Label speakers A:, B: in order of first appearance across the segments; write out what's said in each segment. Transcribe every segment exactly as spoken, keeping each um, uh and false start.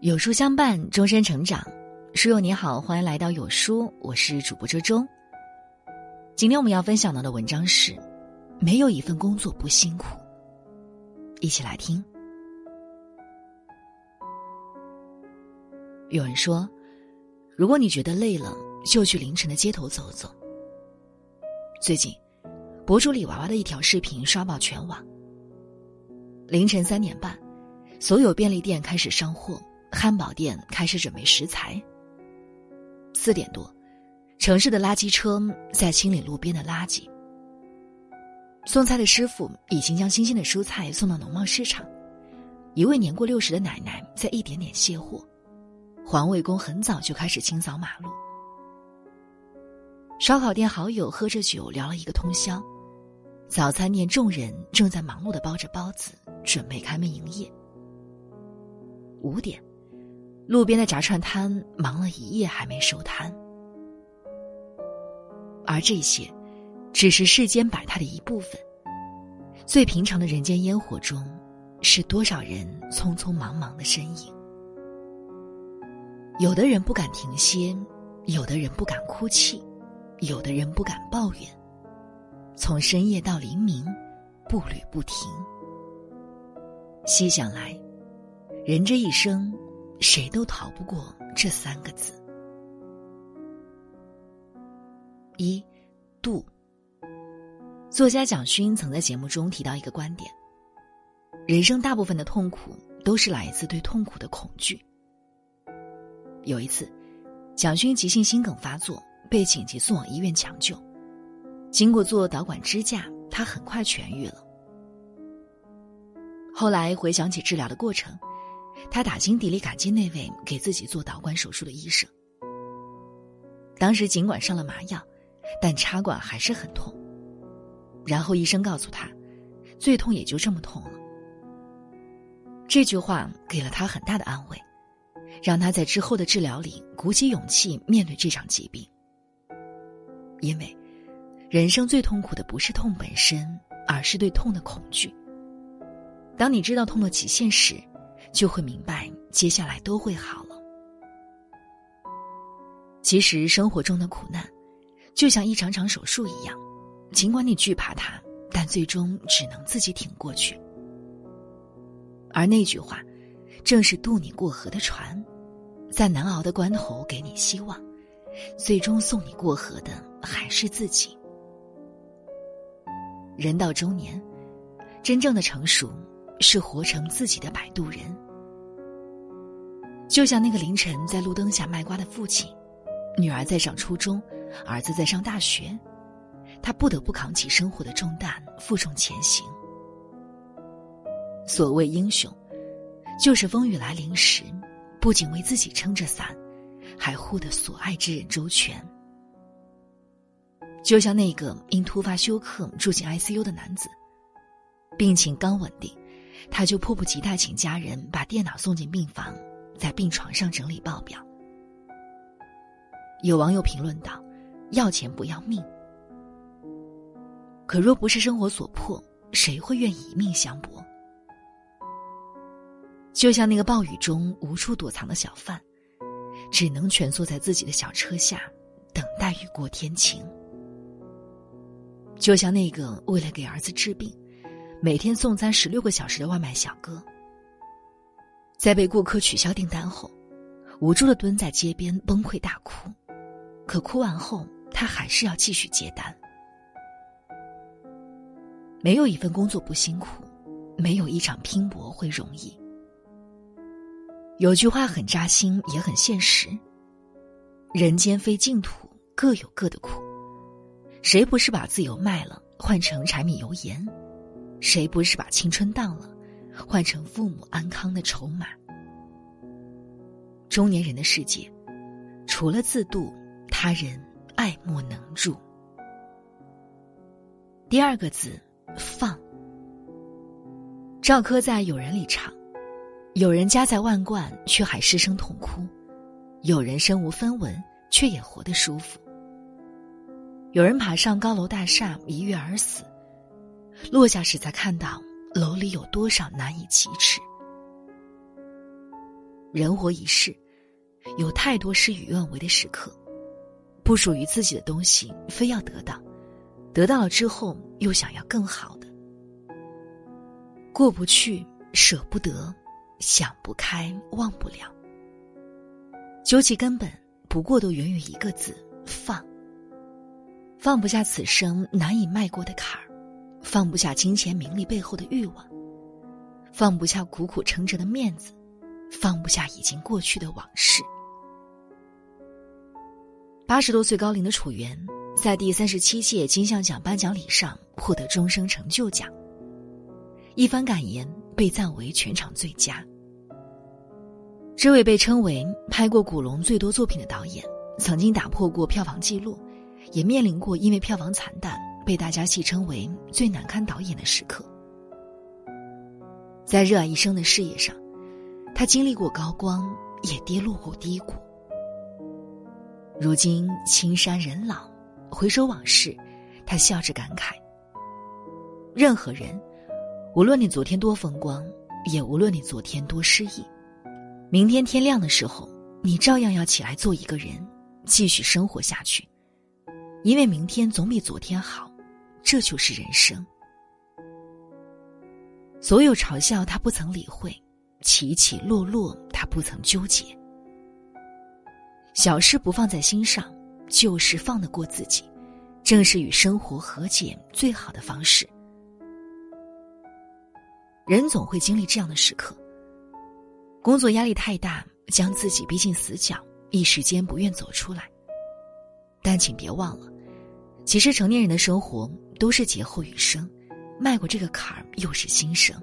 A: 有书相伴，终身成长。书友你好，欢迎来到有书，我是主播周周。今天我们要分享到的文章是：没有一份工作不辛苦。一起来听。有人说，如果你觉得累了，就去凌晨的街头走走。最近，博主李娃娃的一条视频刷爆全网。凌晨三点半，所有便利店开始上货，汉堡店开始准备食材。四点多，城市的垃圾车在清理路边的垃圾。送菜的师傅已经将新鲜的蔬菜送到农贸市场。一位年过六十的奶奶在一点点卸货。环卫工很早就开始清扫马路。烧烤店好友喝着酒聊了一个通宵。早餐店众人正在忙碌地包着包子，准备开门营业。五点，路边的炸串摊忙了一夜还没收摊。而这些只是世间百态的一部分。最平常的人间烟火中，是多少人匆匆忙忙的身影。有的人不敢停歇，有的人不敢哭泣，有的人不敢抱怨。从深夜到黎明，步履不停。细想来，人这一生，谁都逃不过这三个字。一，度。作家蒋勋曾在节目中提到一个观点：人生大部分的痛苦都是来自对痛苦的恐惧。有一次，蒋勋急性心梗发作，被紧急送往医院抢救。经过做导管支架，他很快痊愈了。后来回想起治疗的过程，他打心底里感激那位给自己做导管手术的医生。当时尽管上了麻药，但插管还是很痛。然后医生告诉他，最痛也就这么痛了。这句话给了他很大的安慰，让他在之后的治疗里鼓起勇气面对这场疾病。因为人生最痛苦的不是痛本身，而是对痛的恐惧。当你知道痛的极限时，就会明白接下来都会好了。其实生活中的苦难就像一场场手术一样，尽管你惧怕它，但最终只能自己挺过去。而那句话正是渡你过河的船，在难熬的关头给你希望，最终送你过河的还是自己。人到中年，真正的成熟是活成自己的摆渡人。就像那个凌晨在路灯下卖瓜的父亲，女儿在上初中，儿子在上大学，他不得不扛起生活的重担，负重前行。所谓英雄，就是风雨来临时，不仅为自己撑着伞，还护得所爱之人周全。就像那个因突发休克住进 I C U 的男子，病情刚稳定，他就迫不及待请家人把电脑送进病房，在病床上整理报表。有网友评论道，要钱不要命。可若不是生活所迫，谁会愿意一命相搏？就像那个暴雨中无处躲藏的小贩，只能蜷缩在自己的小车下，等待雨过天晴。就像那个为了给儿子治病，每天送餐十六个小时的外卖小哥，在被顾客取消订单后，无助地蹲在街边崩溃大哭，可哭完后他还是要继续接单。没有一份工作不辛苦，没有一场拼搏会容易。有句话很扎心也很现实，人间非净土，各有各的苦。谁不是把自由卖了换成柴米油盐？谁不是把青春当了换成父母安康的筹码？中年人的世界，除了自渡，他人爱莫能助。第二个字，放。赵柯在《友人》里唱，有人家财万贯却还失声痛哭，有人身无分文却也活得舒服。有人爬上高楼大厦一跃而死，落下时才看到楼里有多少难以启齿。 人活一世，有太多事与愿违的时刻，不属于自己的东西非要得到，得到了之后又想要更好的，过不去，舍不得，想不开，忘不了。究其根本，不过都源于一个字：放。放不下此生难以迈过的坎儿，放不下金钱名利背后的欲望，放不下苦苦撑着的面子，放不下已经过去的往事。八十多岁高龄的楚原，在第三十七届金像奖颁奖礼上获得终生成就奖，一番感言被赞为全场最佳。这位被称为拍过古龙最多作品的导演，曾经打破过票房纪录，也面临过因为票房惨淡被大家戏称为最难堪导演的时刻。在热爱一生的事业上，他经历过高光，也跌落过低谷。如今青山人老，回首往事，他笑着感慨：任何人，无论你昨天多风光，也无论你昨天多失意，明天天亮的时候，你照样要起来做一个人，继续生活下去。因为明天总比昨天好，这就是人生。所有嘲笑他不曾理会，起起落落他不曾纠结。小事不放在心上，旧事放得过自己，正是与生活和解最好的方式。人总会经历这样的时刻，工作压力太大，将自己逼进死角，一时间不愿走出来。但请别忘了，其实成年人的生活都是劫后余生，迈过这个坎儿又是新生。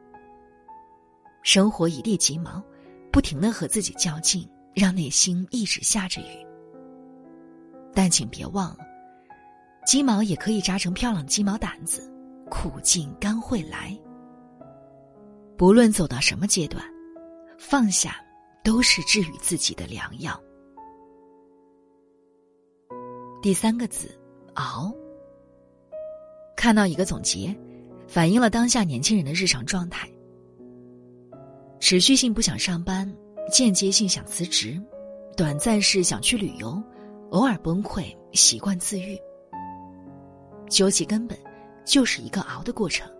A: 生活一地鸡毛，不停地和自己较劲，让内心一直下着雨。但请别忘了，鸡毛也可以扎成漂亮鸡毛掸子，苦尽甘会来。不论走到什么阶段，放下都是治愈自己的良药。第三个字，熬。看到一个总结，反映了当下年轻人的日常状态：持续性不想上班，间接性想辞职，短暂是想去旅游，偶尔崩溃，习惯自愈。究其根本，就是一个熬的过程。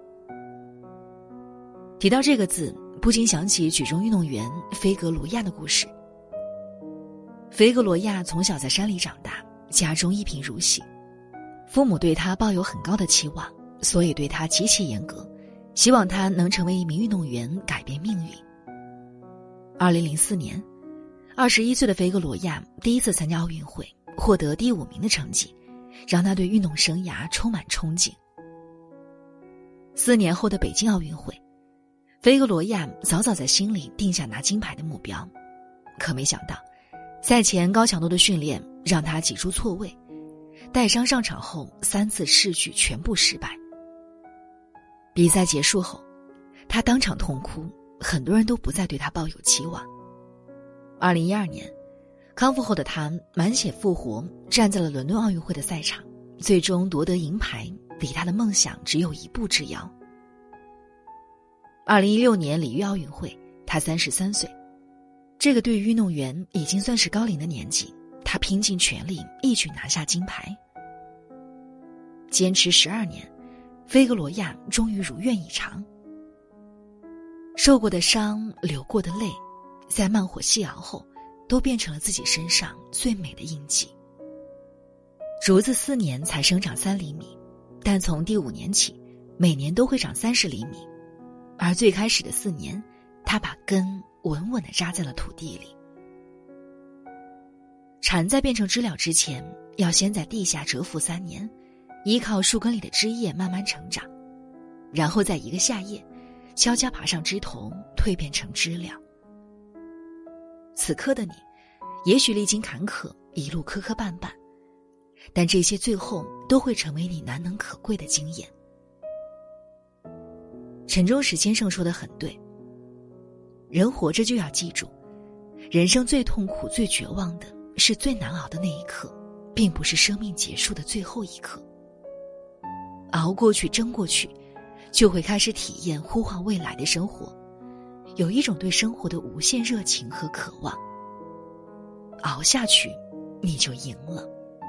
A: 提到这个字，不禁想起举重运动员菲格罗亚的故事。菲格罗亚从小在山里长大，家中一贫如洗，父母对他抱有很高的期望，所以对他极其严格，希望他能成为一名运动员，改变命运。二零零四年，二十一岁的菲格罗亚第一次参加奥运会，获得第五名的成绩，让他对运动生涯充满憧憬。四年后的北京奥运会，菲格罗亚早早在心里定下拿金牌的目标，可没想到，赛前高强度的训练让他挤出错位，带伤上场后三次试举全部失败。比赛结束后，他当场痛哭，很多人都不再对他抱有期望。二零一二年，康复后的他满血复活，站在了伦敦奥运会的赛场，最终夺得银牌，离他的梦想只有一步之遥。二零一六年里约奥运会，他三十三岁，这个对于运动员已经算是高龄的年纪，他拼尽全力一举拿下金牌。坚持十二年，菲格罗亚终于如愿以偿。受过的伤，流过的泪，在慢火细熬后，都变成了自己身上最美的印记。竹子四年才生长三厘米，但从第五年起，每年都会长三十厘米。而最开始的四年，他把根稳稳地扎在了土地里。蝉在变成知了之前，要先在地下蛰伏三年，依靠树根里的枝叶慢慢成长，然后在一个夏夜，悄悄爬上枝头，蜕变成知了。此刻的你，也许历经坎坷，一路磕磕绊绊，但这些最后都会成为你难能可贵的经验。陈忠实先生说得很对，人活着就要记住，人生最痛苦最绝望的是最难熬的那一刻，并不是生命结束的最后一刻。熬过去，争过去，就会开始体验呼唤未来的生活， 有一种对生活的无限热情和渴望。熬下去，你就赢了。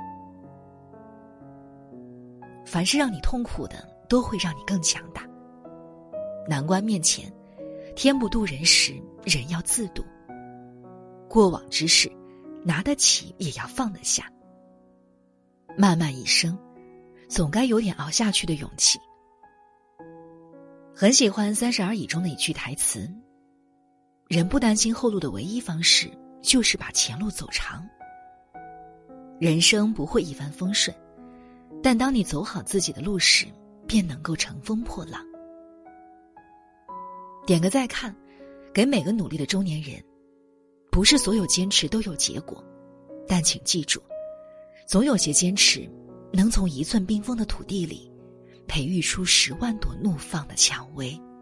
A: 凡是让你痛苦的，都会让你更强大。难关面前，天不渡人时，人要自渡。过往之事，拿得起也要放得下。漫漫一生，总该有点熬下去的勇气。很喜欢《三十而已》中的一句台词：人不担心后路的唯一方式，就是把前路走长。人生不会一帆风顺，但当你走好自己的路时，便能够乘风破浪。点个再看，给每个努力的中年人。不是所有坚持都有结果，但请记住，总有些坚持能从一寸冰封的土地里培育出十万朵怒放的蔷薇。